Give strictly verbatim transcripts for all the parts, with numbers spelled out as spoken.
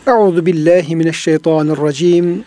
Euzu billahi mineşşeytanirracim.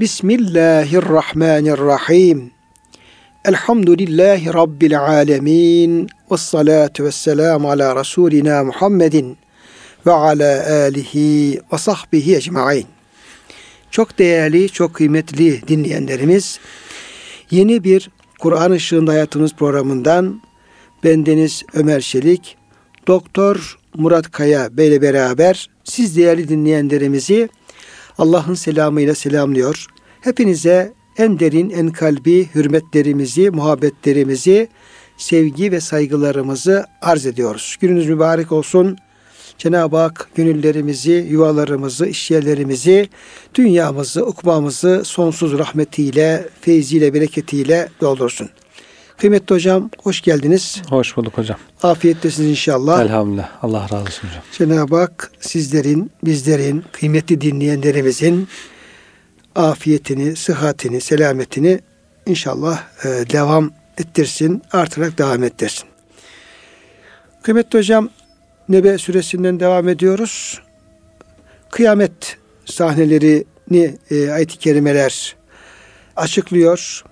Bismillahirrahmanirrahim. Elhamdülillahi rabbil alamin. Ves salatu vesselam ala rasulina Muhammedin ve ala alihi ve sahbihi ecmaîn. Çok değerli, çok kıymetli dinleyenlerimiz, yeni bir Kur'an Işığında Hayatımız programından bendeniz Ömer Çelik, Doktor Murat Kaya Bey ile beraber siz değerli dinleyenlerimizi Allah'ın selamıyla selamlıyor. Hepinize en derin, en kalbi hürmetlerimizi, muhabbetlerimizi, sevgi ve saygılarımızı arz ediyoruz. Gününüz mübarek olsun. Cenab-ı Hak gönüllerimizi, yuvalarımızı, işyerlerimizi, dünyamızı, ukbamızı sonsuz rahmetiyle, feyziyle, bereketiyle doldursun. Kıymetli hocam, hoş geldiniz. Hoş bulduk hocam. Afiyettesiniz inşallah. Elhamdülillah. Allah razı olsun hocam. Cenab-ı Hak sizlerin, bizlerin, kıymetli dinleyenlerimizin afiyetini, sıhhatini, selametini inşallah e, devam ettirsin, artırarak devam ettirsin. Kıymetli hocam, Nebe suresinden devam ediyoruz. Kıyamet sahnelerini e, ayet-i kerimeler açıklıyor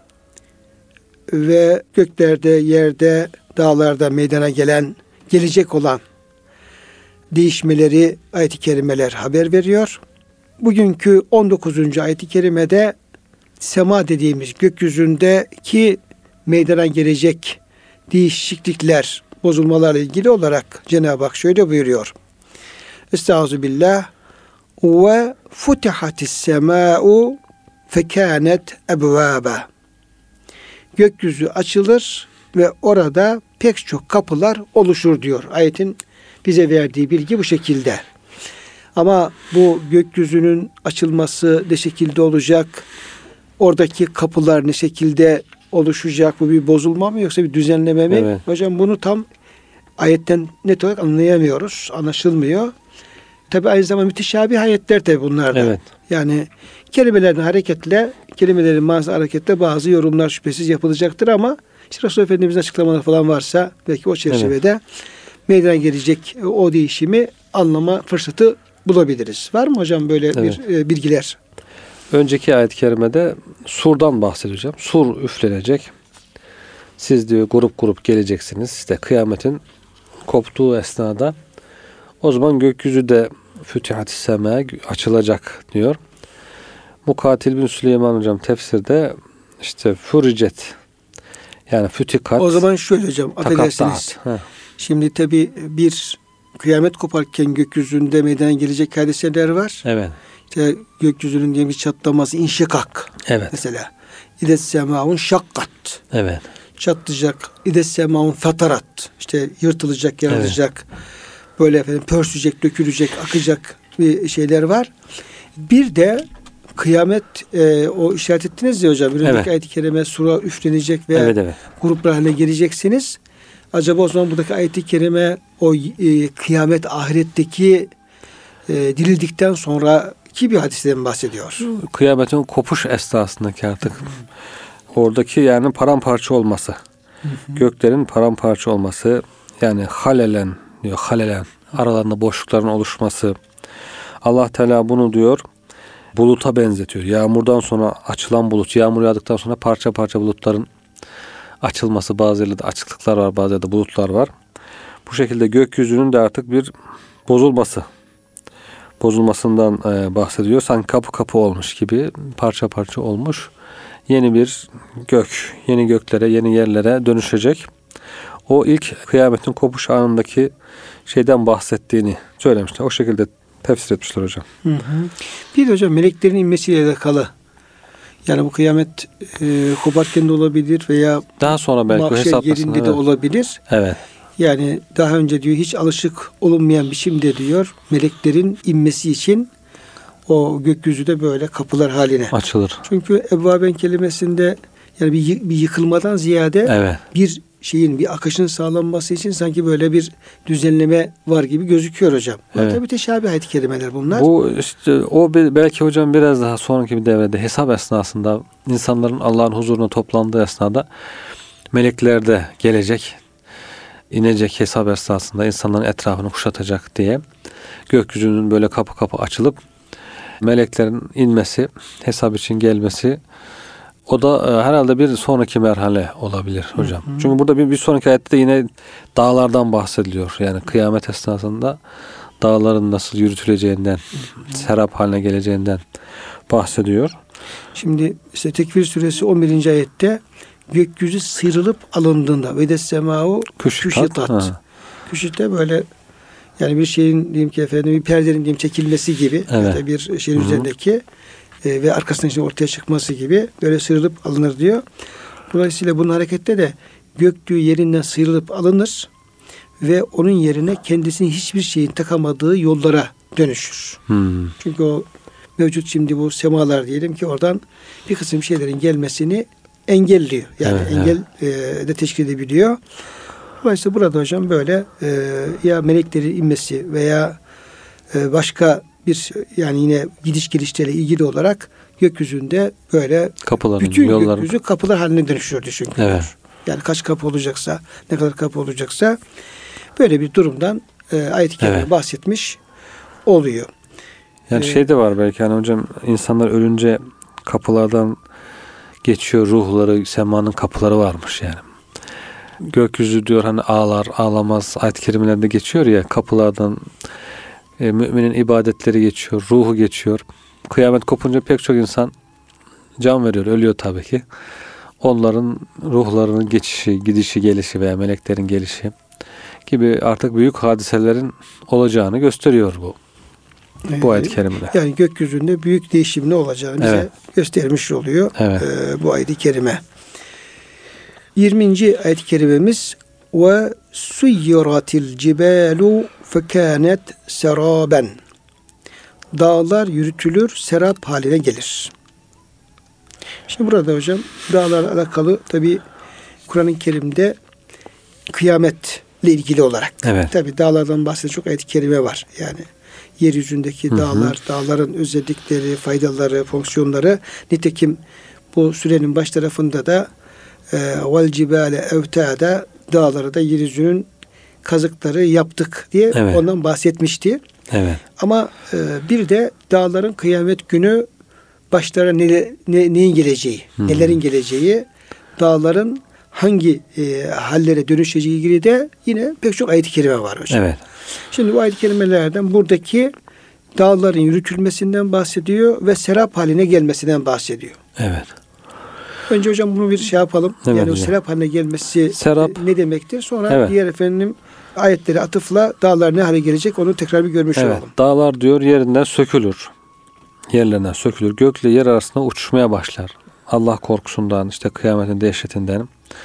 ve göklerde, yerde, dağlarda meydana gelen, gelecek olan değişmeleri ayet-i kerimeler haber veriyor. Bugünkü on dokuzuncu ayet-i kerimede sema dediğimiz gökyüzündeki meydana gelecek değişiklikler, bozulmalarla ilgili olarak Cenab-ı Hak şöyle buyuruyor. Estağfirullah ve futihatis semâ'u fekânet ebvâba. Gökyüzü açılır ve orada pek çok kapılar oluşur diyor. Ayetin bize verdiği bilgi bu şekilde. Ama bu gökyüzünün açılması ne şekilde olacak? Oradaki kapılar ne şekilde oluşacak? Bu bir bozulma mı yoksa bir düzenleme mi? Evet. Hocam bunu tam ayetten net olarak anlayamıyoruz. Anlaşılmıyor. Tabi aynı zamanda müteşabih ayetler tabi bunlar da. Evet. Yani kelimelerden hareketle, kelimelerin manası hareketle bazı yorumlar şüphesiz yapılacaktır ama işte Resulullah Efendimiz'in açıklamaları falan varsa belki o çerçevede evet, meydana gelecek o değişimi anlama fırsatı bulabiliriz. Var mı hocam böyle evet, bir e, bilgiler? Önceki ayet-i kerimede surdan bahsedeceğim. Sur üflenecek. Siz diyor grup grup geleceksiniz. İşte kıyametin koptuğu esnada o zaman gökyüzü de fütihat-i sema açılacak diyor. Mukatil bin Süleyman hocam tefsirde işte furicet yani fütikat. O zaman şöyle hocam affedersiniz. Şimdi tabi bir kıyamet koparken gökyüzünde meydana gelecek hadiseler var. Evet. İşte gökyüzünün diye bir çatlaması, inşikak. Evet. Mesela İdes semaun şakkat. Evet. Çatlayacak. İdes semaun fatarat. İşte yırtılacak, yarılacak. Evet. Böyle efendim pörsüyecek, dökülecek, akacak bir şeyler var. Bir de kıyamet e, o işaret ettiniz ya hocam. Önündeki evet, ayet-i kerime sura üflenecek ve evet, evet, gruplar haline geleceksiniz. Acaba o zaman buradaki ayet-i kerime o e, kıyamet ahiretteki e, dirildikten sonraki bir hadisten bahsediyor. Kıyametin kopuş esnasındaki artık oradaki yani paramparça olması. Hı hı. Göklerin paramparça olması yani halelen diyor halelen aralarında boşlukların oluşması. Allah Teala bunu diyor buluta benzetiyor. Yağmurdan sonra açılan bulut, yağmur yağdıktan sonra parça parça bulutların açılması, bazı yerlerde açıklıklar var, bazı yerde bulutlar var. Bu şekilde gökyüzünün de artık bir bozulması, bozulmasından e, bahsediyor. Sanki kapı kapı olmuş gibi, parça parça olmuş. Yeni bir gök, yeni göklere, yeni yerlere dönüşecek. O ilk kıyametin kopuş anındaki şeyden bahsettiğini söylemişler. O şekilde tefsir etmişler hocam. Hı hı. Bir de hocam meleklerin inmesiyle alakalı. Yani bu kıyamet e, koparken de olabilir veya daha sonra belki mahşer yerinde evet, de olabilir. Evet. Yani daha önce diyor hiç alışık olunmayan biçimde diyor meleklerin inmesi için o gökyüzü de böyle kapılar haline açılır. Çünkü evvaben kelimesinde yani bir, bir yıkılmadan ziyade evet, bir şeyin bir akışın sağlanması için sanki böyle bir düzenleme var gibi gözüküyor hocam. Evet. Tabii teşabih ayet-i kerimeler bunlar. Bu işte o belki hocam biraz daha sonraki bir devrede hesap esnasında insanların Allah'ın huzuruna toplandığı esnada melekler de gelecek, inecek hesap esnasında insanların etrafını kuşatacak diye gökyüzünün böyle kapı kapı açılıp meleklerin inmesi, hesap için gelmesi, o da e, herhalde bir sonraki merhale olabilir hocam. Hı hı. Çünkü burada bir, bir sonraki ayette de yine dağlardan bahsediliyor. Yani kıyamet esnasında dağların nasıl yürütüleceğinden, hı hı. serap haline geleceğinden bahsediyor. Şimdi işte Tekvir suresi on birinci ayette gökyüzü sıyrılıp alındığında ve de semau küşitat. Küşite böyle yani bir şeyin diyeyim ki efendim bir perdenin diyeyim çekilmesi gibi, evet. ya da bir şeyin Hı-hı. üzerindeki e, ve arkasından işte ortaya çıkması gibi böyle sıyrılıp alınır diyor. Dolayısıyla bunun harekette de göktüğü yerinden sıyrılıp alınır ve onun yerine kendisini hiçbir şeyin takamadığı yollara dönüşür. Hmm. Çünkü o mevcut şimdi bu semalar diyelim ki oradan bir kısım şeylerin gelmesini engelliyor. Yani evet, engel evet. E, de teşkil edebiliyor. Dolayısıyla burada hocam böyle e, ya meleklerin inmesi veya e, başka bir yani yine gidiş gelişleriyle ilgili olarak gökyüzünde böyle kapıların, bütün yolların... gökyüzü kapılar haline dönüşüyor çünkü. Evet. Yani kaç kapı olacaksa, ne kadar kapı olacaksa böyle bir durumdan e, ayet-i kerime evet. bahsetmiş oluyor. Yani ee, şey de var belki hani hocam, insanlar ölünce kapılardan geçiyor, ruhları, semanın kapıları varmış yani. Gökyüzü diyor hani ağlar, ağlamaz, ayet-i kerimelerde geçiyor ya, kapılardan e, müminin ibadetleri geçiyor, ruhu geçiyor. Kıyamet kopunca pek çok insan can veriyor, ölüyor tabii ki. Onların ruhlarının geçişi, gidişi, gelişi veya meleklerin gelişi gibi artık büyük hadiselerin olacağını gösteriyor bu. Bu ee, ayet-i kerimede. Yani gökyüzünde büyük değişimin olacağını bize evet. göstermiş oluyor evet. e, bu ayet-i kerime. yirminci ayet-i kerimemiz ve suyyiratil cibalu fekânet seraben. Dağlar yürütülür, serap haline gelir. Şimdi burada hocam dağlarla alakalı tabi Kur'an-ı Kerim'de kıyametle ilgili olarak. Evet. Tabi dağlardan bahseden çok ayet-i kerime var. Yani yeryüzündeki hı hı. dağlar, dağların özellikleri, faydaları, fonksiyonları. Nitekim bu sürenin baş tarafında da vel cibale evtada, dağları da yeryüzünün kazıkları yaptık diye evet. ondan bahsetmişti. Evet. Ama e, bir de dağların kıyamet günü başlara ne, ne, neyin geleceği, hmm. nelerin geleceği, dağların hangi e, hallere dönüşeceği ilgili de yine pek çok ayet-i kerime var hocam. Evet. Şimdi bu ayet-i kerimelerden buradaki dağların yürütülmesinden bahsediyor ve serap haline gelmesinden bahsediyor. Evet. Önce hocam bunu bir şey yapalım. Evet, yani hocam. O serap haline gelmesi serap, ne demektir? Sonra evet. diğer efendim ayetleri atıfla dağlar ne hale gelecek onu tekrar bir görmüş evet. olalım. Dağlar diyor yerinden sökülür. Yerlerinden sökülür. Gökle yer arasında uçuşmaya başlar. Allah korkusundan, işte kıyametin dehşetinden.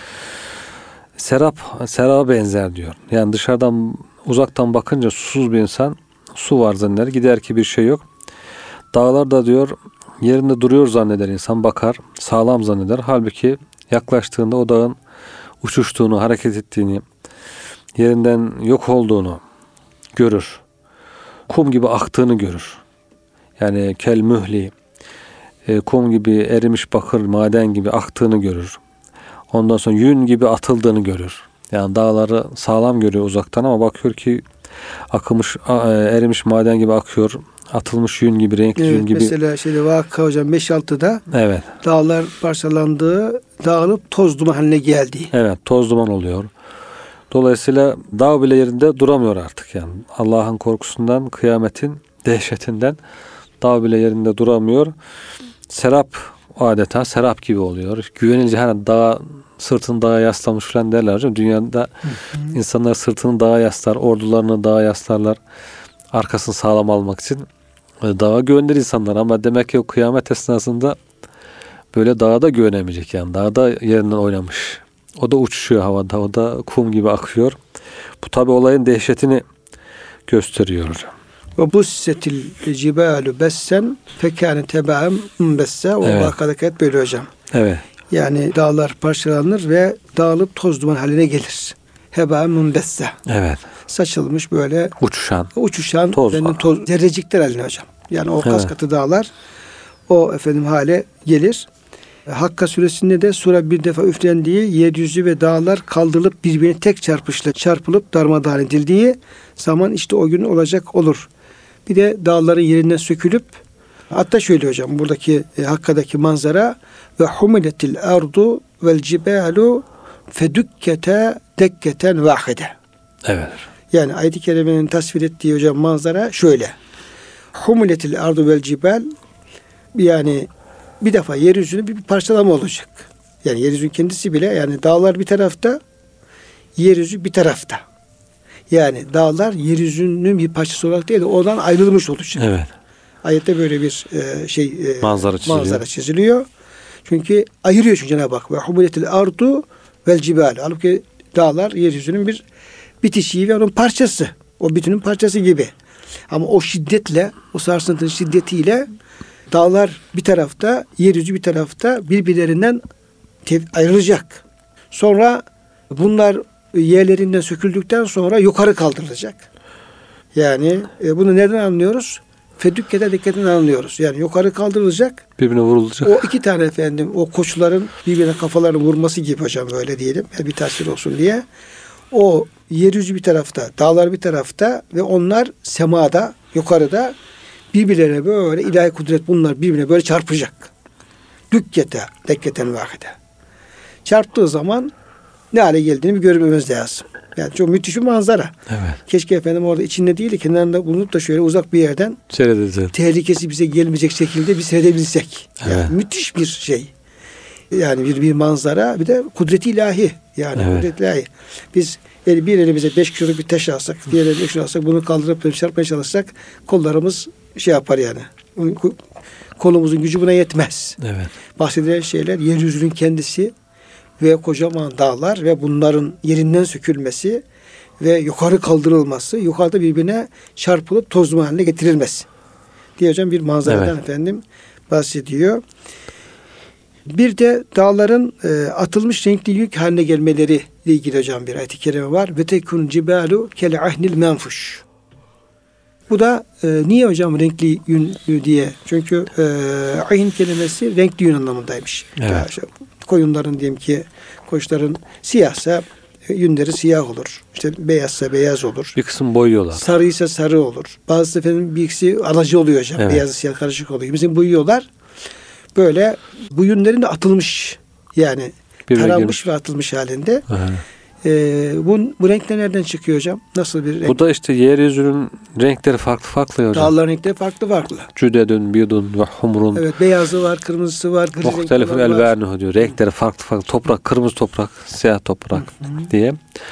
Serap, seraba benzer diyor. Yani dışarıdan, uzaktan bakınca susuz bir insan su var zanneder. Gider ki bir şey yok. Dağlar da diyor yerinde duruyor zanneder insan, bakar. Sağlam zanneder. Halbuki yaklaştığında o dağın uçuştuğunu, hareket ettiğini, yerinden yok olduğunu görür. Kum gibi aktığını görür. Yani kel mühli, e, kum gibi erimiş bakır, maden gibi aktığını görür. Ondan sonra yün gibi atıldığını görür. Yani dağları sağlam görüyor uzaktan ama bakıyor ki akımış, erimiş maden gibi akıyor. Atılmış yün gibi, renkli evet, yün gibi. Mesela şeyde Vakıa hocam beş altıda evet. dağlar parçalandığı, dağılıp toz duman haline geldi. Evet, toz duman oluyor. Dolayısıyla dağ bile yerinde duramıyor artık yani. Allah'ın korkusundan, kıyametin dehşetinden dağ bile yerinde duramıyor. Serap adeta serap gibi oluyor. Güvenilince hani dağa, sırtını dağa yaslamış falan derler hocam. Dünyada hı hı. insanlar sırtını dağa yaslar, ordularını dağa yaslarlar. Arkasını sağlam almak için dağa güvenir insanlar ama demek ki o kıyamet esnasında böyle dağa da güvenemeyecek yani. Dağda yerinden oynamış. O da uçuşuyor havada. O da kum gibi akıyor. Bu tabi olayın dehşetini gösteriyor hocam. Ve bussetil cibalu bessen fekâne tebâem mbesse. O evet. vakadaket böyle hocam. Evet. Yani dağlar parçalanır ve dağılıp toz duman haline gelir. Hebâem mbesse. Evet. Saçılmış böyle uçuşan, uçuşan toz, toz zerrecikler haline hocam. Yani o evet. kaskatı dağlar o efendim hale gelir. Hakka suresinde de sura bir defa üflendiği, yeryüzü ve dağlar kaldırılıp birbirine tek çarpışla çarpılıp darmadağın edildiği zaman işte o gün olacak olur. Bir de dağların yerinden sökülüp Hatta şöyle hocam, buradaki e, Hakka'daki manzara ve humiletil ardu vel cibalu fedukkete dekketen vahide. Evet. Yani ayet-i kerimenin tasvir ettiği hocam manzara şöyle. Humiletil ardu vel cibal, yani bir defa yeryüzünün bir, bir parçalama olacak. Yani yeryüzünün kendisi bile, yani dağlar bir tarafta, yeryüzü bir tarafta. Yani dağlar yeryüzünün bir parçası olarak değil de oradan ayrılmış olacak. Evet. Ayette böyle bir e, şey e, Manzara çiziliyor. manzara çiziliyor. Çünkü ayırıyor çünkü Cenab-ı Hak. Ve humiletil ardu vel cibal. Halbuki dağlar yeryüzünün bir bitişiği ve onun parçası. O bütünün parçası gibi. Ama o şiddetle, o sarsıntının şiddetiyle dağlar bir tarafta, yeryüzü bir tarafta birbirlerinden ayrılacak. Sonra bunlar yerlerinden söküldükten sonra yukarı kaldırılacak. Yani e, bunu nereden anlıyoruz? Fedükkede dikkatini anlıyoruz. Yani yukarı kaldırılacak. Birbirine vurulacak. O iki tane efendim, o koçların birbirine kafalarını vurması gibi hocam, böyle diyelim. Yani bir tasvir olsun diye. O yeryüzü bir tarafta, dağlar bir tarafta ve onlar semada, yukarıda birbirlerine böyle ilahi kudret, bunlar birbirine böyle çarpacak. Dükkete, dekketen vahide. Çarptığı zaman ne hale geldiğini bir görmemiz lazım. Yani çok müthiş bir manzara. Evet. Keşke efendim orada içinde değil de kenarında bulunup da şöyle uzak bir yerden Seyredeceğiz. tehlikesi bize gelmeyecek şekilde bir seyredebilsek. Yani Evet. müthiş bir şey. Yani bir, bir manzara, bir de kudret-i ilahi. Yani Evet. kudret-i ilahi. Biz el, bir elimize beş kiloluk bir taş alsak, diğer elimize beş kilo alsak, bunu kaldırıp çarpmaya çalışsak kollarımız şey yapar yani. Kolumuzun gücü buna yetmez. Evet. Bahsedilen şeyler yeryüzünün kendisi ve kocaman dağlar ve bunların yerinden sökülmesi ve yukarı kaldırılması, yukarıda birbirine çarpılıp toz duman haline getirilmesi diye hocam bir manzaradan Evet. efendim bahsediyor. Bir de dağların e, atılmış renkli yük haline gelmeleri ile ilgili hocam bir ayet-i kerime var. Ve tekun cibalu kel ahnil menfuş. Bu da e, niye hocam renkli yün diye? Çünkü e, ahin kelimesi renkli yün anlamındaymış. Evet. Ya işte, koyunların diyelim ki, koçların siyahsa e, yünleri siyah olur. İşte beyazsa beyaz olur. Bir kısım boyuyorlar. Sarıysa sarı olur. Bazı efendim bir ikisi aracı oluyor hocam. Evet. Beyazı siyah karışık oluyor. Bizim boyuyorlar. Böyle bu yünlerin de atılmış, yani Birbirine taranmış girmiş. ve atılmış halinde. Evet. Ee, bu, bu renkler nereden çıkıyor hocam? Nasıl bir renk? Bu da işte yeryüzünün renkleri farklı farklı ya hocam. Dağların renkleri farklı farklı. Cüdedün, biyudun ve humrun. Evet, beyazı var, kırmızısı var, gri Muhtelifun renkli var. elvanuhu diyor. Renkleri farklı farklı. Toprak, kırmızı toprak, siyah toprak Hı hı. diye.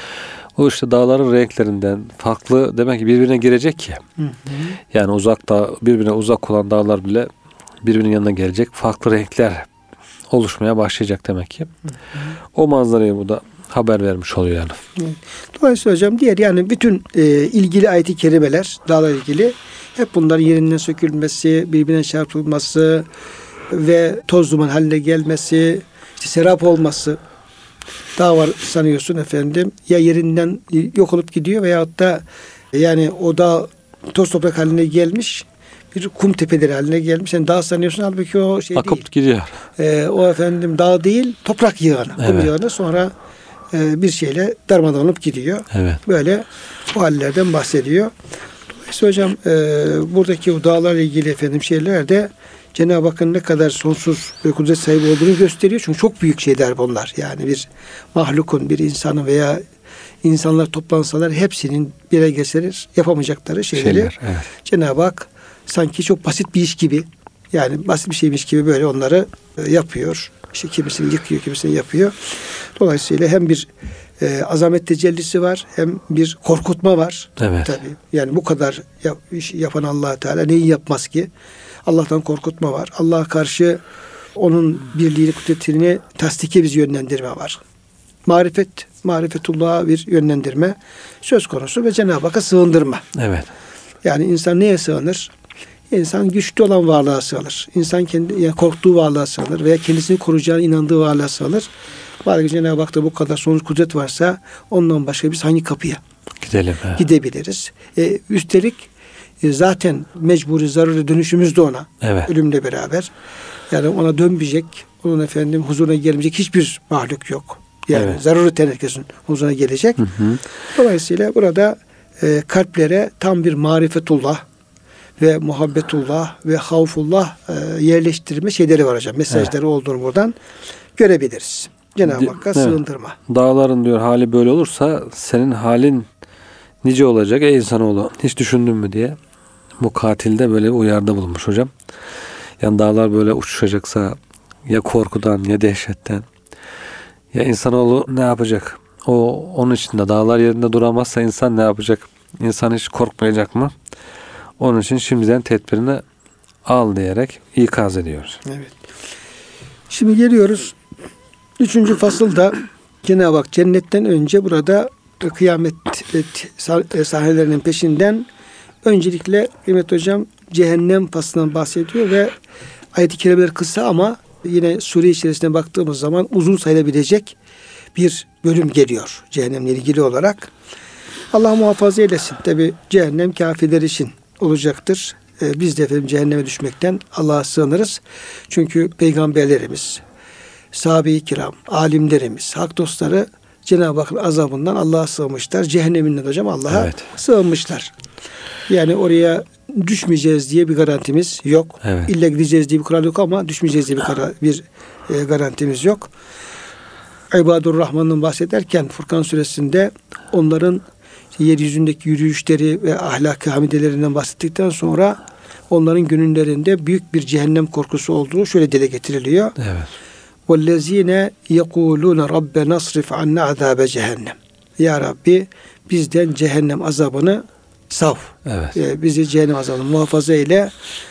O işte dağların renklerinden farklı, demek ki birbirine girecek ki. Hı hı. Yani uzakta, birbirine uzak olan dağlar bile birbirinin yanına gelecek. Farklı renkler oluşmaya başlayacak demek ki. Hı hı. O manzarayı bu da haber vermiş oluyor yani. Evet. Dolayısıyla hocam diğer, yani bütün e, ilgili ayet-i kerimeler, dağla ilgili, hep bunların yerinden sökülmesi, birbirine çarpılması ve toz duman haline gelmesi, işte serap olması. Dağ var sanıyorsun efendim, ya yerinden yok olup gidiyor veyahut da yani o dağ toz toprak haline gelmiş, bir kum tepeleri haline gelmiş. Yani dağ sanıyorsun, halbuki o şey Akıp değil. gidiyor. Ee, o efendim dağ değil, toprak yığını. Kum Evet. yığını, sonra e, bir şeyle darmadağınıp gidiyor. Evet. Böyle o hallerden bahsediyor. Dolayısıyla hocam e, buradaki o dağlarla ilgili efendim şeyler de Cenab-ı Hakk'ın ne kadar sonsuz ve kudret sahibi olduğunu gösteriyor. Çünkü çok büyük şeyler bunlar. Yani bir mahlukun, bir insanın veya insanlar toplansalar hepsinin bir araya gelseler yapamayacakları şeyleri Şeyler, evet. Cenab-ı Hak sanki çok basit bir iş gibi, yani basit bir şeymiş gibi böyle onları e, yapıyor. İşte kimisini yıkıyor, kimisini yapıyor. Dolayısıyla hem bir e, azamet tecellisi var, hem bir korkutma var. Evet. Tabii. Yani bu kadar yap, iş yapan Allah Teala neyi yapmaz ki? Allah'tan korkutma var. Allah'a karşı onun birliğini, kudretini tasdike bizi yönlendirme var. Marifet, marifetullah'a bir yönlendirme söz konusu ve Cenab-ı Hakk'a sığındırma. Evet. Yani insan neye sığınır? İnsan güçlü olan varlığa sığınır. İnsan kendi, yani korktuğu varlığa sığınır veya kendisini koruyacağına inandığı varlığa sığınır. Var ki Cenab-ı Hak'ta bu kadar sonsuz kudret varsa ondan başka biz hangi kapıya Gidelim. He. gidebiliriz? E, üstelik e, zaten mecburi zaruri dönüşümüz de ona. Evet. Ölümle beraber. Yani ona dönmeyecek, onun efendim huzuruna gelmeyecek hiçbir mahluk yok. Yani Evet. zaruri herkesin huzuruna gelecek. Hı hı. Dolayısıyla burada e, kalplere tam bir marifetullah ve muhabbetullah ve havfullah e, yerleştirme şeyleri var hocam. Mesajları evet. olduğunu buradan görebiliriz. Cenab-ı Hakk'a evet. sığındırma. Dağların diyor hali böyle olursa senin halin nice olacak ey insanoğlu. Hiç düşündün mü diye bu katilde böyle uyarıda bulunmuş hocam. Yani dağlar böyle uçuşacaksa ya korkudan ya dehşetten ya insanoğlu ne yapacak? O onun içinde dağlar yerinde duramazsa insan ne yapacak? İnsan hiç korkmayacak mı? Onun için şimdiden tedbirini al diyerek ikaz ediyoruz. Evet. Şimdi geliyoruz. Üçüncü fasılda Cenab-ı Hak cennetten önce burada kıyamet sahnelerinin peşinden öncelikle Kıymet Hocam cehennem faslından bahsediyor ve ayet-i kerimeler kısa ama yine sure içerisine baktığımız zaman uzun sayılabilecek bir bölüm geliyor cehennemle ilgili olarak. Allah muhafaza eylesin. Tabi cehennem kafirler için olacaktır. Ee, biz de efendim cehenneme düşmekten Allah'a sığınırız. Çünkü peygamberlerimiz, sahabe-i kiram, alimlerimiz, hak dostları Cenab-ı Hakk'ın azabından Allah'a sığınmışlar. Cehenneminden hocam Allah'a evet. sığınmışlar. Yani oraya düşmeyeceğiz diye bir garantimiz yok. Evet. İlla gideceğiz diye bir kural yok ama düşmeyeceğiz diye bir, kara, bir e, garantimiz yok. İbadur Rahman'dan bahsederken Furkan suresinde onların yeryüzündeki yürüyüşleri ve ahlak-ı hamidelerinden bahsettikten sonra onların gönüllerinde büyük bir cehennem korkusu olduğu şöyle dile getiriliyor. Evet. وَالَّذ۪ينَ يَقُولُونَ رَبَّ نَصْرِفْ عَنَّا عَذَابَ cehennem. Ya Rabbi bizden cehennem azabını sav. Evet. Ee, bizi cehennem azabını muhafaza eyle.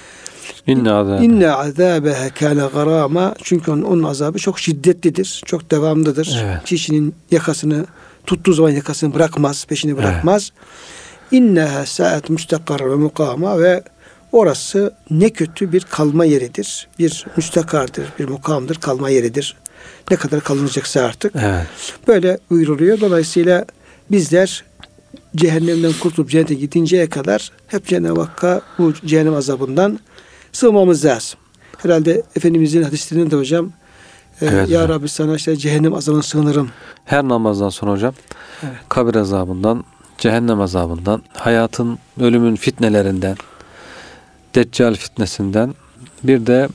İnne azâbe. İnne azâbehe kâne garâma. Çünkü onun, onun azabı çok şiddetlidir. Çok devamlıdır. Evet. Kişinin yakasını tuttuğu zaman yakasını bırakmaz. Peşini bırakmaz. Evet. İnneha sa'at müstakar ve mukama ve orası ne kötü bir kalma yeridir. Bir müstakardır, bir mukamdır, kalma yeridir. Ne kadar kalınacaksa artık. Evet. Böyle buyuruluyor. Dolayısıyla bizler cehennemden kurtulup cennete gidinceye kadar hep Cenab-ı Hakk'a bu cehennem azabından sığmamız lazım. Herhalde Efendimizin hadislerinde de hocam evet, Ya hocam. Rabbi sana işte cehennem azabına sığınırım. Her namazdan sonra hocam evet. kabir azabından, cehennem azabından, hayatın, ölümün fitnelerinden, Deccal fitnesinden, bir de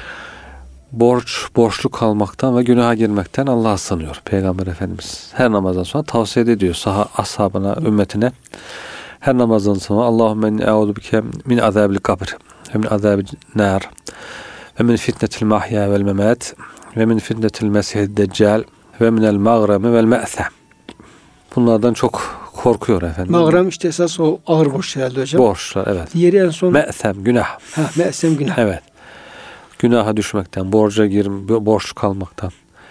borç, borçlu kalmaktan ve günaha girmekten Allah'a sığınıyor Peygamber Efendimiz. Her namazdan sonra tavsiye ediyor saha, ashabına, ümmetine. Her namazdan sonra Allahümme inni eûzu bike min azabil kabr ve min azabil nar ve min fitnetil mahya vel memat ve min fitnetil mesihid deccal ve minel mağremi vel me'se. Bunlardan çok korkuyor efendim. Mağrem işte esas o ağır borç herhalde hocam. Borçlar evet. Diğeri en son. Me'sem günah. Ha, me'sem günah. Evet. Günaha düşmekten, borca girim, borçlu kalmaktan,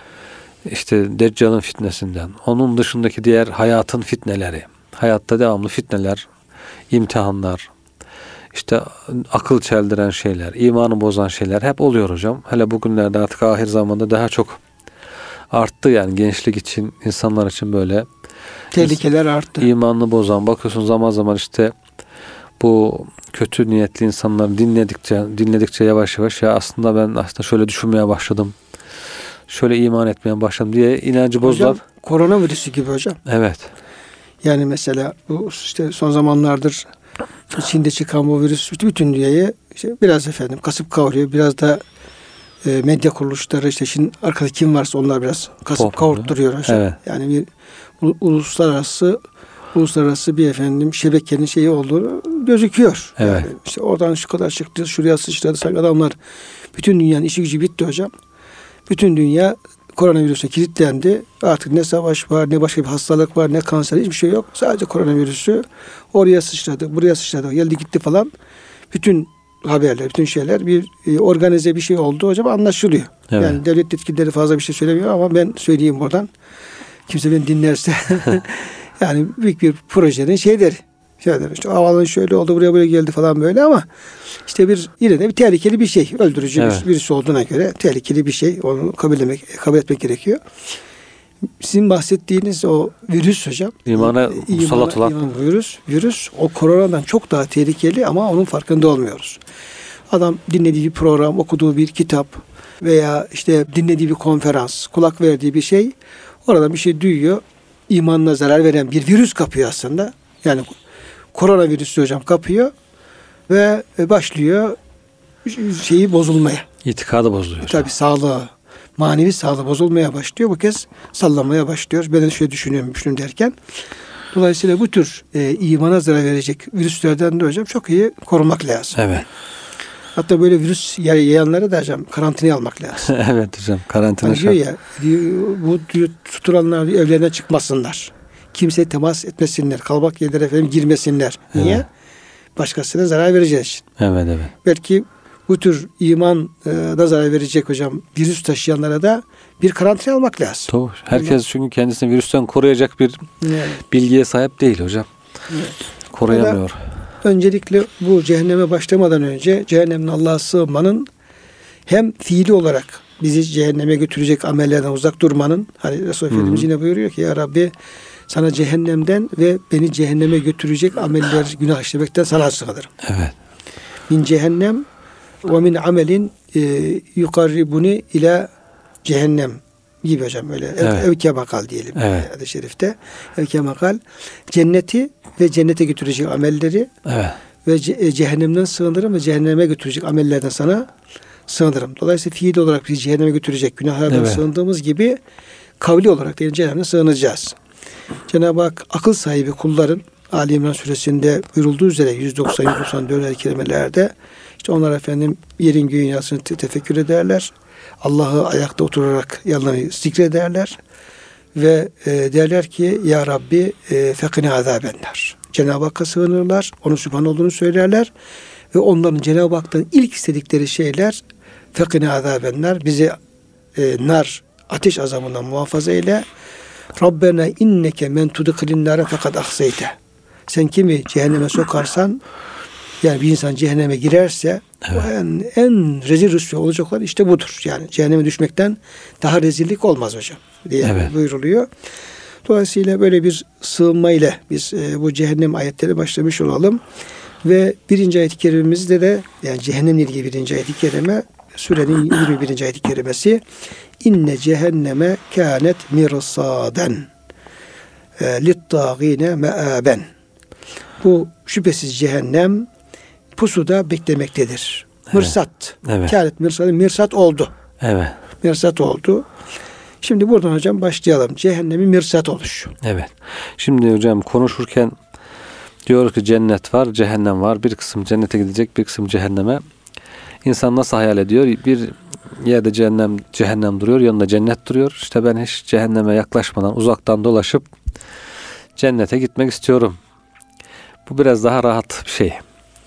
işte Deccal'ın fitnesinden, onun dışındaki diğer hayatın fitneleri, hayatta devamlı fitneler, imtihanlar, işte akıl çeldiren şeyler, imanı bozan şeyler hep oluyor hocam. Hele bugünlerde artık ahir zamanda daha çok arttı yani gençlik için, insanlar için böyle tehlikeler arttı. İmanını bozan, bakıyorsun zaman zaman işte bu kötü niyetli insanları dinledikçe dinledikçe yavaş yavaş ya aslında ben aslında şöyle düşünmeye başladım. Şöyle iman etmeye başladım diye inancı bozulan. Hocam, koronavirüsü gibi hocam. Evet. Yani mesela bu işte son zamanlardır Çin'de çıkan bu virüs bütün dünyayı işte biraz efendim kasıp kavuruyor. Biraz da e, medya kuruluşları işte şimdi arkada kim varsa onlar biraz kasıp Pop, kavurtturuyor hocam. Evet. Yani bir u- uluslararası uluslararası bir efendim şebekenin şeyi olduğu gözüküyor. Evet. Yani işte oradan şu kadar çıktı, şuraya sıçradı. Sanki adamlar bütün dünyanın işi gücü bitti hocam. Bütün dünya koronavirüse kilitlendi. Artık ne savaş var, ne başka bir hastalık var, ne kanser, hiçbir şey yok. Sadece koronavirüsü oraya sıçradı, buraya sıçradı, geldi gitti falan. Bütün haberler, bütün şeyler bir e, organize bir şey oldu hocam, anlaşılıyor. Evet. Yani devlet yetkilileri fazla bir şey söylemiyor ama ben söyleyeyim buradan. Kimse beni dinlerse yani büyük bir projenin şeyleri. Şeyler işte havalan şöyle oldu, buraya buraya geldi falan böyle ama işte bir yine de bir tehlikeli bir şey. Öldürücü evet. bir virüs olduğuna göre tehlikeli bir şey. Onu kabul etmek, kabul etmek gerekiyor. Sizin bahsettiğiniz o virüs hocam. İmana musallat olan. İman virüs. Virüs o koronadan çok daha tehlikeli ama onun farkında olmuyoruz. Adam dinlediği bir program, okuduğu bir kitap veya işte dinlediği bir konferans, kulak verdiği bir şey, oradan bir şey duyuyor. İmanına zarar veren bir virüs kapıyor aslında. Yani koronavirüsü hocam kapıyor. ve başlıyor şeyi bozulmaya. İtikadı bozuluyor. Tabii sağlığı, manevi sağlığı bozulmaya başlıyor. Bu kez sallamaya başlıyor. Ben de şöyle düşünüyorum, düşünüyorum derken. Dolayısıyla bu tür e, imana zarar verecek virüslerden de hocam çok iyi korumak lazım. Evet. Hatta böyle virüs yayanları da hocam karantinaya almak lazım. Evet hocam, karantina hani diyor şart. ya, diyor, bu diyor, tutulanlar diyor, evlerine çıkmasınlar. Kimseye temas etmesinler. Kalabalık yerlere efendim girmesinler. Niye? Evet. Başkasına zarar vereceği için. Evet evet. Belki bu tür iman e, da zarar verecek hocam virüs taşıyanlara da bir karantina almak lazım. Doğru. Herkes çünkü kendisini virüsten koruyacak bir Yani, bilgiye sahip değil hocam. evet. Koruyamıyor. Öncelikle bu cehenneme başlamadan önce cehennemden Allah'a sığınmanın hem fiili olarak bizi cehenneme götürecek amellerden uzak durmanın, hani Resulullah Efendimiz yine buyuruyor ki ya Rabbi sana cehennemden ve beni cehenneme götürecek ameller, günah işlemekten sana sığınırım. Evet. Min cehennem ve min amelin e, yukarribuni ila cehennem gibi hocam öyle. Evet. Evke makal diyelim. Evet. Hadis-i şerifte. Evke makal. Cenneti ve cennete götürecek amelleri Evet. ve ce- cehennemden sığınırım ve cehenneme götürecek amellerden sana sığınırım. Dolayısıyla fiil olarak bizi cehenneme götürecek günahlardan Evet. sığındığımız gibi kavli olarak da cehennemden sığınacağız. Cenab-ı Hak akıl sahibi kulların Ali İmran suresinde buyurulduğu üzere yüz doksan yüz doksan dört ayet-i kerimelerde işte onlar efendim yerin göğün yasını te- tefekkür ederler. Allah'ı ayakta oturarak yanlarını zikrederler. Ve e, derler ki ya Rabbi e, fekine azabenler. Cenab-ı Hakk'a sığınırlar. Onun sübhan olduğunu söylerler. Ve onların Cenab-ı Hak'tan ilk istedikleri şeyler fekine azabenler. Bizi e, nar, ateş azabından muhafaza eyle. Rabbena inneke men tudkhilin nara fakat ahseyte. Sen kimi cehenneme sokarsan, yani bir insan cehenneme girerse Evet. en, en rezil rüsva olacak olan işte budur. Yani cehenneme düşmekten daha rezillik olmaz hocam diye Evet. buyuruluyor. Dolayısıyla böyle bir sığınma ile biz e, bu cehennem ayetleri başlamış olalım. Ve birinci ayet-i kerimemizde de yani cehennemle ilgili birinci ayet-i kerime surenin yirmi birinci ayet-i kerimesi inne cehenneme kânet mirsaden e, littâgîne meâben. Bu şüphesiz cehennem pusuda beklemektedir. Mırsat. Evet. Kânet mirsat, mirsat oldu. Evet. Mirsat oldu. Şimdi buradan hocam başlayalım. Cehennemin mirsat oluşu. Evet. Şimdi hocam konuşurken diyoruz ki cennet var, cehennem var. Bir kısım cennete gidecek, bir kısım cehenneme. İnsan nasıl hayal ediyor? Bir yerde cehennem cehennem duruyor, yanında cennet duruyor. İşte ben hiç cehenneme yaklaşmadan uzaktan dolaşıp cennete gitmek istiyorum. Bu biraz daha rahat bir şey.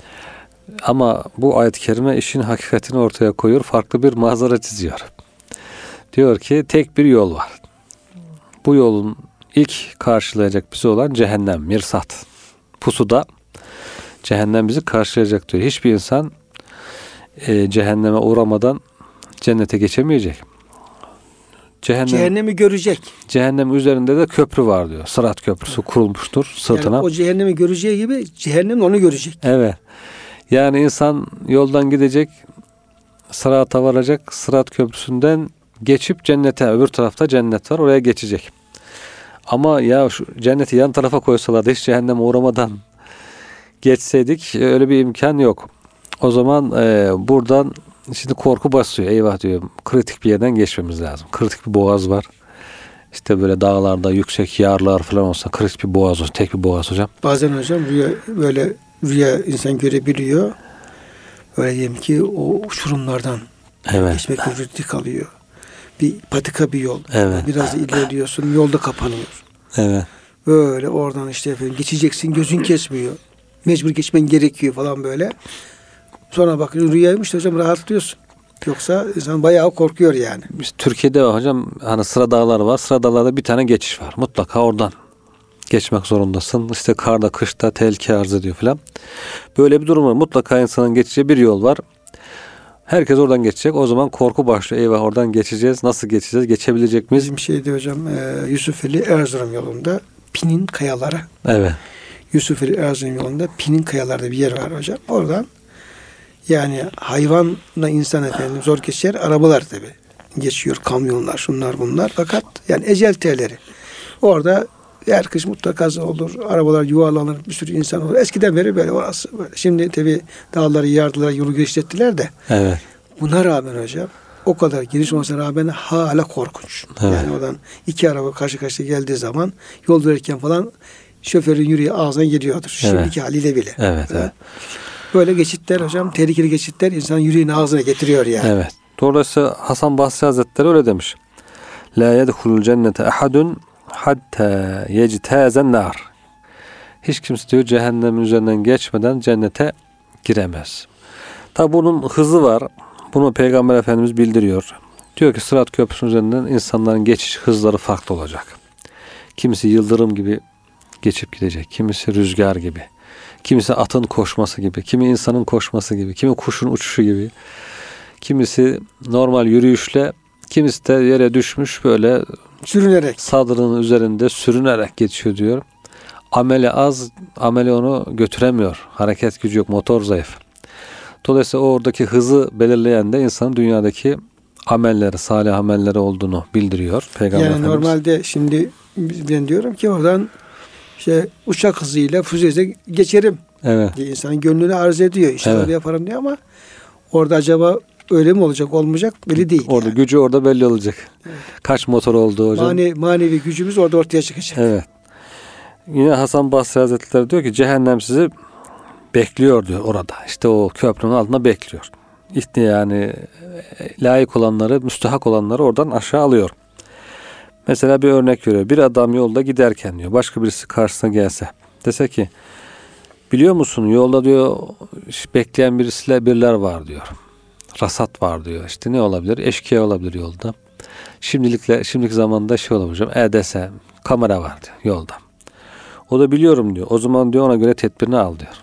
Ama bu ayet-i kerime işin hakikatini ortaya koyuyor. Farklı bir manzara çiziyor. Diyor ki tek bir yol var. Bu yolun ilk karşılayacak bizi olan cehennem, mirsat. Pusuda cehennem bizi karşılayacak diyor. Hiçbir insan e, cehenneme uğramadan cennete geçemeyecek. Cehennem, Cehennemi görecek. cehennem üzerinde de köprü var diyor. Sırat köprüsü kurulmuştur sırtına. Yani o cehennemi göreceği gibi cehennem de onu görecek. Evet. Yani insan yoldan gidecek, sırata varacak, sırat köprüsünden geçip cennete, öbür tarafta cennet var, oraya geçecek. Ama ya şu cenneti yan tarafa koysalardı hiç cehenneme uğramadan geçseydik öyle bir imkan yok. O zaman e, buradan şimdi korku basıyor. Eyvah diyor, kritik bir yerden geçmemiz lazım. Kritik bir boğaz var. İşte böyle dağlarda yüksek yarlar falan olsa kritik bir boğaz olsun. Tek bir boğaz hocam. Bazen hocam rüya, böyle rüya insan görebiliyor. Öyle diyelim ki o uçurumlardan Evet. geçmek ücretli kalıyor. Bir patika bir yol. Evet. Biraz da ilerliyorsun. Yolda kapanıyor. Evet. Böyle oradan işte efendim geçeceksin. Gözün kesmiyor. Mecbur geçmen gerekiyor falan böyle. Sonra bakın rüyaymış da hocam rahatlıyorsun. Yoksa insan bayağı korkuyor yani. Biz Türkiye'de hocam hani sıra dağlar var. Sıra dağlarda bir tane geçiş var. Mutlaka oradan geçmek zorundasın. İşte karda, kışta tehlike arz ediyor falan. Böyle bir durum var. Mutlaka insanın geçeceği bir yol var. Herkes oradan geçecek. O zaman korku başlıyor. Eyvah oradan geçeceğiz. Nasıl geçeceğiz? Geçebilecek miyiz? Bizim şeyde hocam e, Yusufeli Erzurum yolunda Pinin kayaları. Evet. Yusufeli Erzurum yolunda Pinin kayalarda bir yer var hocam. Oradan yani hayvanla insan efendim zor geçer. Arabalar tabii geçiyor. Kamyonlar, şunlar bunlar. Fakat yani ecel teleri. Orada Her kış mutlaka olur. Arabalar yuvarlanır. Bir sürü insan olur. Eskiden beri böyle orası böyle. Şimdi tabii dağları yardılar, yolu genişlettiler de. Evet. Buna rağmen hocam o kadar geniş olmasına rağmen hala korkunç. Evet. Yani oradan iki araba karşı karşıya geldiği zaman yol verirken falan şoförün yüreği ağzına geliyordur. Evet. Şimdiki haliyle bile. Evet, evet. Böyle geçitler hocam, tehlikeli geçitler insanın yüreğini ağzına getiriyor yani. Evet. Dolayısıyla Hasan Basri Hazretleri öyle demiş. La yedhulul cennete ahadun hatta yectazen nar. Hiç kimse diyor cehennemin üzerinden geçmeden cennete giremez. Tabi bunun hızı var. Bunu Peygamber Efendimiz bildiriyor. Diyor ki Sırat Köprüsü'nün üzerinden insanların geçiş hızları farklı olacak. Kimisi yıldırım gibi geçip gidecek. Kimisi rüzgar gibi. Kimisi atın koşması gibi. Kimi insanın koşması gibi. Kimi kuşun uçuşu gibi. Kimisi normal yürüyüşle, kimisi de yere düşmüş böyle sürünerek, sadrının üzerinde sürünerek geçiyor diyor. Ameli az, ameli onu götüremiyor. Hareket gücü yok, motor zayıf. Dolayısıyla oradaki hızı belirleyen de insanın dünyadaki amelleri, salih amelleri olduğunu bildiriyor Peygamber yani Efendimiz. normalde şimdi ben diyorum ki oradan işte uçak hızıyla füzeyle geçerim Evet. diye insanın gönlünü arz ediyor. İşte Evet. öyle yaparım diye ama orada acaba öyle mi olacak, olmayacak belli değil. Orada yani. gücü orada belli olacak. Evet. Kaç motor olduğu hocam. Mane, manevi gücümüz orada ortaya çıkacak. Evet. Yine Hasan Basri Hazretleri diyor ki cehennem sizi bekliyor diyor orada. İşte o köprünün altında bekliyor. İşte yani layık olanları, müstahak olanları oradan aşağı alıyor. Mesela bir örnek veriyor. Bir adam yolda giderken diyor başka birisi karşısına gelse dese ki biliyor musun yolda diyor bekleyen birisiyle biriler var diyor. Rasat var diyor. İşte ne olabilir? Eşkıya olabilir yolda. Şimdilikle şimdiki zamanda şey olabilir. E dese kamera var diyor yolda. O da biliyorum diyor. O zaman diyor ona göre tedbirini al diyor.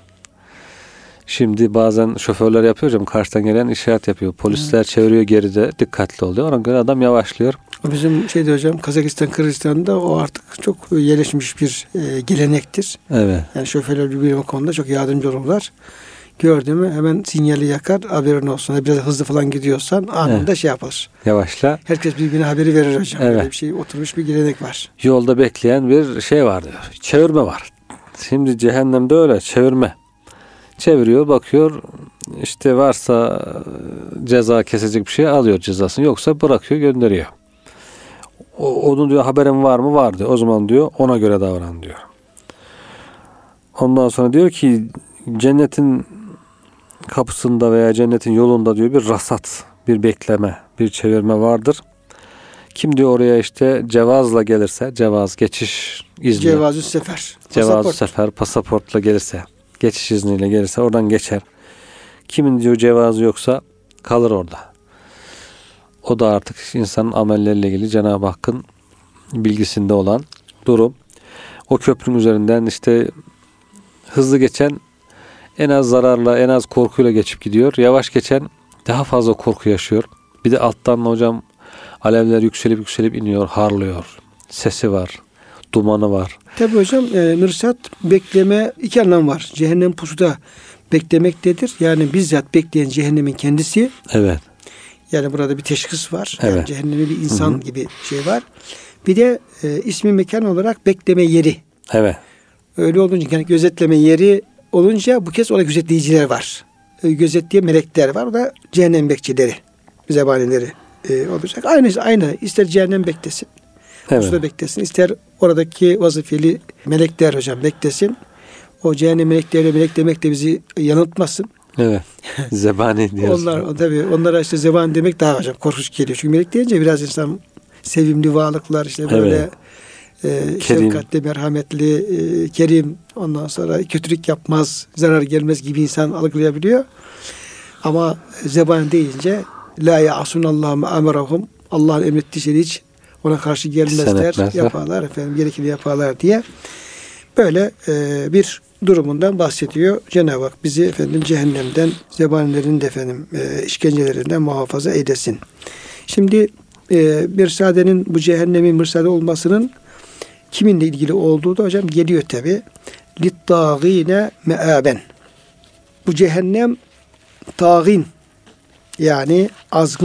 Şimdi bazen şoförler yapıyor hocam. Karşıdan gelen işaret yapıyor. Polisler evet. çeviriyor geride. Dikkatli oluyor. Ona göre adam yavaşlıyor. Bizim şeyde hocam Kazakistan, Kırgızistan'da o artık çok yerleşmiş bir e, gelenektir. Evet. Yani şoförler birbirine konuda çok yardımcı olurlar. Gördü mü hemen sinyali yakar, haberin olsun. Biraz hızlı falan gidiyorsan anında evet. şey yapar. Yavaşla. Herkes birbirine haberi verir hocam. Evet. Böyle bir şey oturmuş bir gelenek var. Yolda bekleyen bir şey var diyor. Çevirme var. Şimdi cehennemde öyle çevirme. Çeviriyor, bakıyor. İşte varsa ceza kesecek bir şey alıyor cezasını. Yoksa bırakıyor, gönderiyor. O, onun diyor haberin var mı? Var diyor. O zaman diyor ona göre davran diyor. Ondan sonra diyor ki cennetin kapısında veya cennetin yolunda diyor bir rasat, bir bekleme, bir çevirme vardır. Kim diyor oraya işte cevazla gelirse, cevaz geçiş izni. Cevazı sefer. Cevazı sefer, pasaportla gelirse, geçiş izniyle gelirse oradan geçer. Kimin diyor cevazı yoksa kalır orada. O da artık insanın amelleriyle ilgili Cenab-ı Hakk'ın bilgisinde olan durum. O köprünün üzerinden işte hızlı geçen en az zararla, en az korkuyla geçip gidiyor. Yavaş geçen daha fazla korku yaşıyor. Bir de alttan hocam alevler yükselip yükselip iniyor, harlıyor. Sesi var, dumanı var. Tabii hocam e, mirsat bekleme iki anlam var. Cehennem pusuda beklemektedir. Yani bizzat bekleyen cehennemin kendisi. Evet. Yani burada bir teşhis var. Evet. Yani cehennemi bir insan Hı-hı. gibi şey var. Bir de e, ismi mekan olarak bekleme yeri. Evet. Öyle olunca yani gözetleme yeri olunca bu kez orada gözetleyiciler var. E, gözetleyen melekler var. O da cehennem bekçileri, zebanileri e, olacak. Aynı aynı. İster cehennem beklesin. Evet. Usta beklesin. İster oradaki vazifeli melekler hocam beklesin. O cehennem meleklerle melek demek de bizi yanıltmasın. Evet. Zebani diyoruz. Onlar tabii onlara işte zebani demek daha hocam korkunç geliyor. Çünkü melek deyince biraz insan sevimli varlıklar işte böyle evet. e, şefkatli, merhametli, e, kerim, ondan sonra kötülük yapmaz, zarar gelmez gibi insan algılayabiliyor. Ama zebani deyince la ya'sunallahu ma amarahum, Allah'ın emrettiği şeyi hiç ona karşı gelmezler, yaparlar efendim gerekeni yaparlar diye böyle e, bir durumundan bahsediyor. Cenab-ı Hak bizi efendim cehennemden, zebanilerin de efendim e, işkencelerinden muhafaza eylesin. Şimdi e, mirsadenin bu cehennemin mirsade olmasının kiminle ilgili olduğu da hocam geliyor tabi. Littâgîne meâben. Bu cehennem tâgîn yani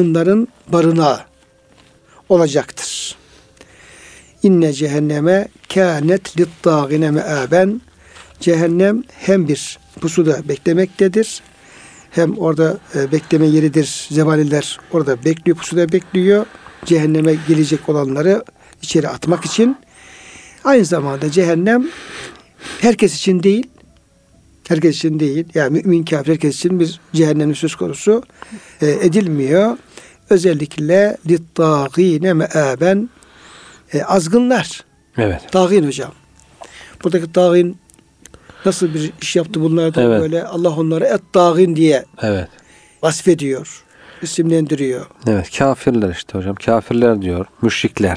azgınların barınağı olacaktır. İnne cehenneme kânet littâgine meâben. Cehennem hem bir pusuda beklemektedir. Hem orada e, bekleme yeridir. Zebaniler orada bekliyor, pusuda bekliyor. Cehenneme gelecek olanları içeri atmak için. Aynı zamanda cehennem herkes için değil. Herkes için değil. Yani mümin kafir herkes için bir cehennem söz konusu e, edilmiyor. Özellikle littâgîne meâben, e, azgınlar. Evet. Tağin hocam. Buradaki tağin nasıl bir iş yaptı bunlardan evet. böyle Allah onları et-tağin diye evet. vasfediyor, isimlendiriyor. Evet, kafirler işte hocam. Kafirler diyor, müşrikler.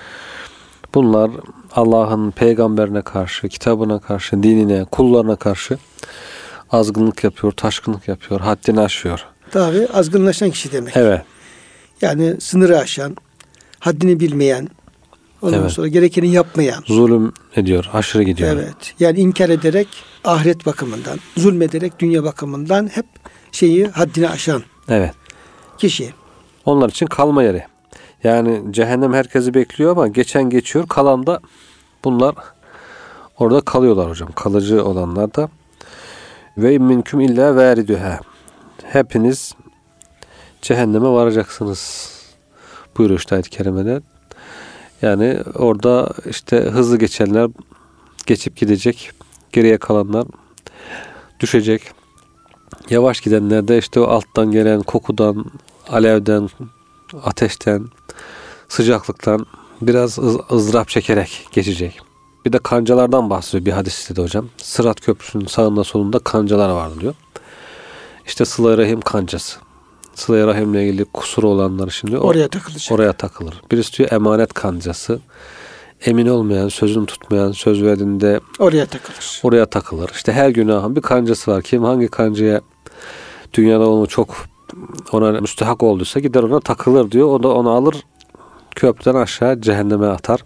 Bunlar Allah'ın peygamberine karşı, kitabına karşı, dinine, kullarına karşı azgınlık yapıyor, taşkınlık yapıyor, haddini aşıyor. Tabi azgınlaşan kişi demek. Evet. Yani sınırı aşan, haddini bilmeyen, ondan evet. sonra gerekeni yapmayan. Zulüm ediyor, aşırı gidiyor. Evet. Yani inkar ederek ahiret bakımından, zulmederek dünya bakımından hep şeyi haddini aşan evet. kişi. Onlar için kalma yeri. Yani cehennem herkesi bekliyor ama geçen geçiyor. Kalan da bunlar orada kalıyorlar hocam. Kalıcı olanlar da. Ve minküm illa varidüha. Hepiniz cehenneme varacaksınız. Buyuruyor işte ayet-i kerimede. Yani orada işte hızlı geçenler geçip gidecek. Geriye kalanlar düşecek. Yavaş gidenler de işte o alttan gelen kokudan, alevden, ateşten, sıcaklıktan biraz ız- ızdırap çekerek geçecek. Bir de kancalardan bahsediyor bir hadiste de hocam. Sırat Köprüsü'nün sağında solunda kancalar vardı diyor. İşte Sıla-i Rahim kancası. Sıla-i Rahim'le ilgili kusuru olanlar şimdi oraya takılacak. Oraya takılır. Birisi diyor emanet kancası. Emin olmayan, sözünü tutmayan, söz verdiğinde oraya takılır. Oraya takılır. İşte her günahın bir kancası var. Kim hangi kancaya dünyada onu çok ona müstehak olduysa gider ona takılır diyor. O da onu alır köprüden aşağı cehenneme atar.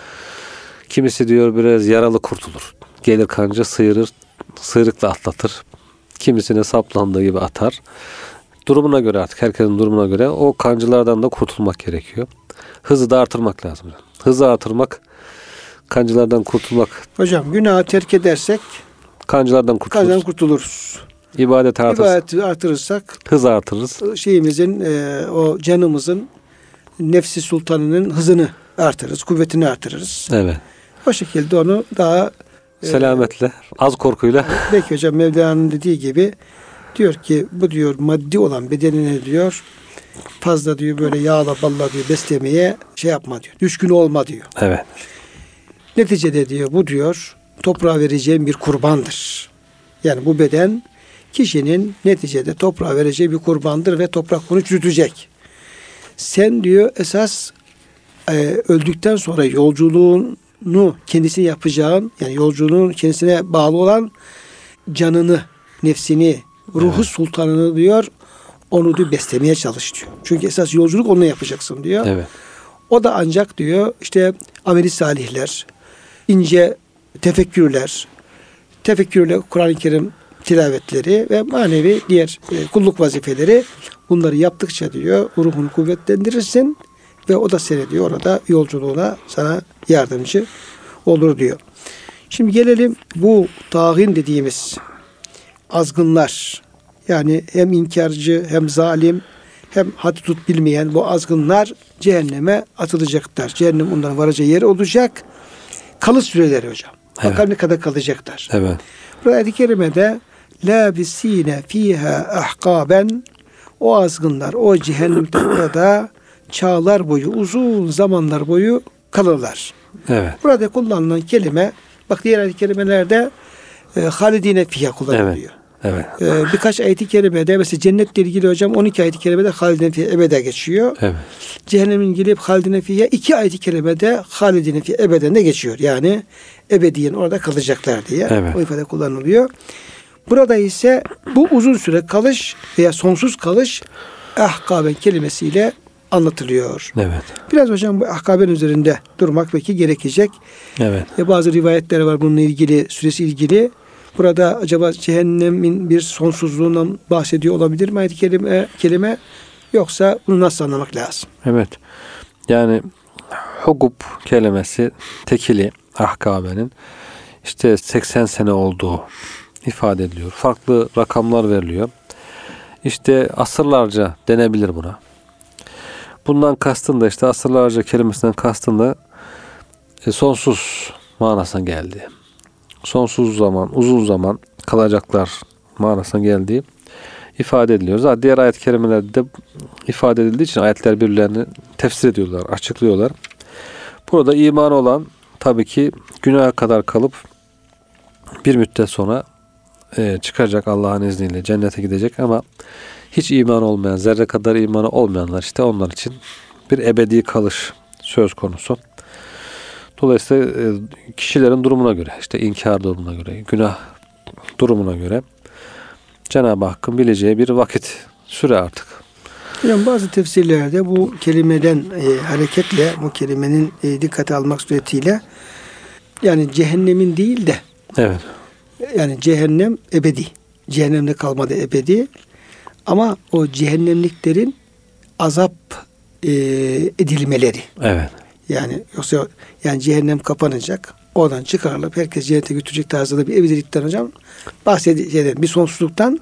Kimisi diyor biraz yaralı kurtulur. Gelir kanca sıyırır, sıyrıkla atlatır. Kimisine saplandığı gibi atar. Durumuna göre artık herkesin durumuna göre o kancılardan da kurtulmak gerekiyor. Hızı da artırmak lazım. Hızı artırmak, kancılardan kurtulmak. Hocam günahı terk edersek Kancılardan kurtuluruz. kancıdan kurtuluruz. İbadet artırırsak, İbadeti artırırsak hız artırırız. şeyimizin, e, o canımızın nefsi sultanının hızını artırırız, kuvvetini artırırız. Evet. O şekilde onu daha selametle, e, az korkuyla. Belki hocam Mevlana'nın dediği gibi diyor ki bu diyor maddi olan bedenine diyor fazla diyor böyle yağla balla diyor beslemeye şey yapma diyor. Düşkün olma diyor. Evet. Neticede diyor bu diyor toprağa vereceğim bir kurbandır. Yani bu beden kişinin neticede toprağa vereceği bir kurbandır ve toprak bunu çürütecek. Sen diyor esas e, öldükten sonra yolculuğunu kendisi yapacağın, yani yolculuğun kendisine bağlı olan canını, nefsini, ruhu evet. sultanını diyor onu diyor beslemeye çalış diyor. Çünkü esas yolculuk onunla yapacaksın diyor. Evet. O da ancak diyor işte ameli salihler, ince tefekkürler, tefekkürle Kur'an-ı Kerim tilavetleri ve manevi diğer e, kulluk vazifeleri bunları yaptıkça diyor ruhunu kuvvetlendirirsin ve o da seni diyor orada yolculuğuna sana yardımcı olur diyor. Şimdi gelelim bu tağin dediğimiz azgınlar, yani hem inkarcı hem zalim hem haddi tut bilmeyen bu azgınlar cehenneme atılacaklar. Cehennem onların varacağı yer olacak. Kalış süreleri hocam. Evet. Bakalım ne kadar kalacaklar. Evet. Bu ayet-i kerimede lâbisîne fîhâ ahkâben, o azgınlar o cehennemde orada çağlar boyu, uzun zamanlar boyu kalırlar. Evet. Burada kullanılan kelime, bak diğer ayet-i kerimelerde e, halidine fîhâ kullanılıyor. Evet. Ee, birkaç ayet-i kerimede mesela cennetle ilgili hocam on iki ayet-i kerimede halidine fîhâ ebede geçiyor. Evet. Cehennemin ilgili halidine fîhâ iki ayet-i kerimede halidine fîhâ ebeden de geçiyor. Yani ebediyen orada kalacaklar diye evet. o ifade kullanılıyor. Burada ise bu uzun süre kalış veya sonsuz kalış ahkaben kelimesiyle anlatılıyor. Evet. Biraz hocam bu ahkaben üzerinde durmak belki gerekecek. Evet. E, bazı rivayetler var bununla ilgili, süresi ilgili. Burada acaba cehennemin bir sonsuzluğundan bahsediyor olabilir mi ayet-i kelime, kelime? Yoksa bunu nasıl anlamak lazım? Evet. Yani hukup kelimesi tekili Ahkabe'nin işte seksen sene olduğu ifade ediliyor. Farklı rakamlar veriliyor. İşte asırlarca denebilir buna. Bundan kastın da işte asırlarca kelimesinden kastın da e, sonsuz manasına geldi. Sonsuz zaman, uzun zaman kalacaklar manasına geldiği ifade ediliyor. Zaten diğer ayet-i kerimelerde de ifade edildiği için ayetler birbirlerini tefsir ediyorlar, açıklıyorlar. Burada iman olan tabii ki günaha kadar kalıp bir müddet sonra e, çıkacak Allah'ın izniyle cennete gidecek ama hiç iman olmayan, zerre kadar imanı olmayanlar işte onlar için bir ebedi kalış söz konusu. Dolayısıyla e, kişilerin durumuna göre, işte inkar durumuna göre, günah durumuna göre Cenab-ı Hakk'ın bileceği bir vakit, süre artık. Yani bazı tefsirlerde bu kelimeden e, hareketle, bu kelimenin e, dikkate almak suretiyle yani cehennemin değil de evet. Yani cehennem ebedi. Cehennemde kalmadı ebedi. Ama o cehennemliklerin azap e, edilmeleri. Evet. Yani yoksa yani cehennem kapanacak. Oradan çıkarılıp herkes cennete götürecek tarzında bir ebedilikten hocam bahsedeceğim. Bir sonsuzluktan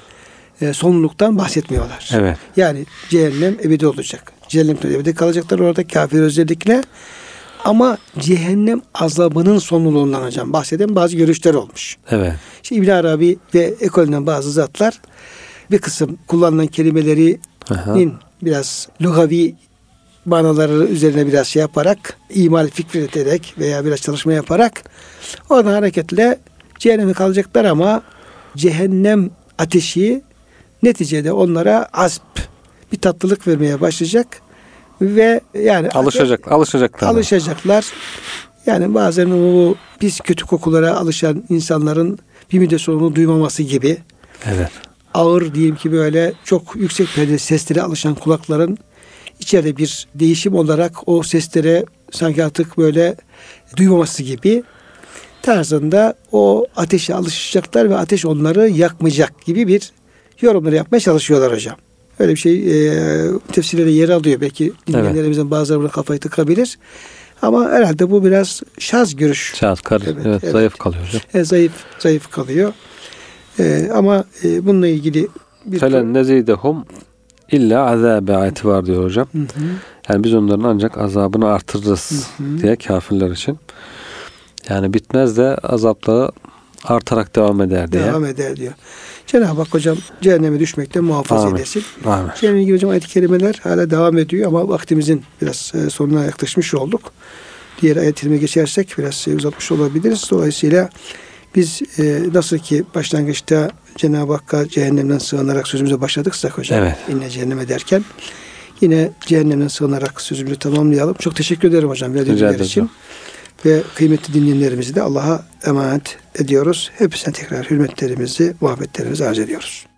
e, sonluluktan bahsetmiyorlar. Evet. Yani cehennem ebedi olacak. Cehennemde ebedi kalacaklar orada kafir özellikle. Ama cehennem azabının sonluluğundan hocam bahseden bazı görüşler olmuş. Evet. İşte İbn Arabi ve ekolünden bazı zatlar bir kısım kullanılan kelimelerinin Aha. biraz lugavi manaları üzerine biraz şey yaparak, imal fikreterek veya biraz çalışma yaparak oradan hareketle cehenneme kalacaklar ama cehennem ateşi neticede onlara azp, bir tatlılık vermeye başlayacak ve yani alışacak, alışacaklar. Alışacaklar. Yani bazen o pis kötü kokulara alışan insanların bir müddet sonra duymaması gibi. Evet. Ağır diyeyim ki böyle çok yüksek perde seslere alışan kulakların içeride bir değişim olarak o seslere sanki artık böyle duymaması gibi tarzında o ateşe alışacaklar ve ateş onları yakmayacak gibi bir yorumları yapmaya çalışıyorlar hocam. Öyle bir şey e, tefsirlere yer alıyor. Belki dinleyenlerimizin evet. bazıları buna kafayı tıkabilir. Ama herhalde bu biraz şaz görüş. Şaz, evet, evet, evet, zayıf kalıyor hocam. E, zayıf, zayıf kalıyor. E, ama e, bununla ilgili bir... Felen nezidehum illa azabe ayeti var diyor hocam. Hı hı. Yani biz onların ancak azabını artırırız hı hı. diye kafirler için. Yani bitmez de azapları artarak devam eder diye. Devam eder diyor. Cenab-ı Hak hocam cehenneme düşmekten muhafaza Amin. eylesin. Amin. Cehenneme ilgili hocam ayet-i kerimeler hala devam ediyor ama vaktimizin biraz sonuna yaklaşmış olduk. Diğer ayet-i geçersek biraz uzatmış olabiliriz. Dolayısıyla biz e, nasıl ki başlangıçta Cenab-ı Hakk'a cehennemden sığınarak sözümüze başladıksak hocam. Evet. İnne cehenneme derken yine cehennemden sığınarak sözümüzü tamamlayalım. Çok teşekkür ederim hocam verdiğiniz için. Ve kıymetli dinleyenlerimizi de Allah'a emanet ediyoruz. Hepsine tekrar hürmetlerimizi, muhabbetlerimizi arz ediyoruz.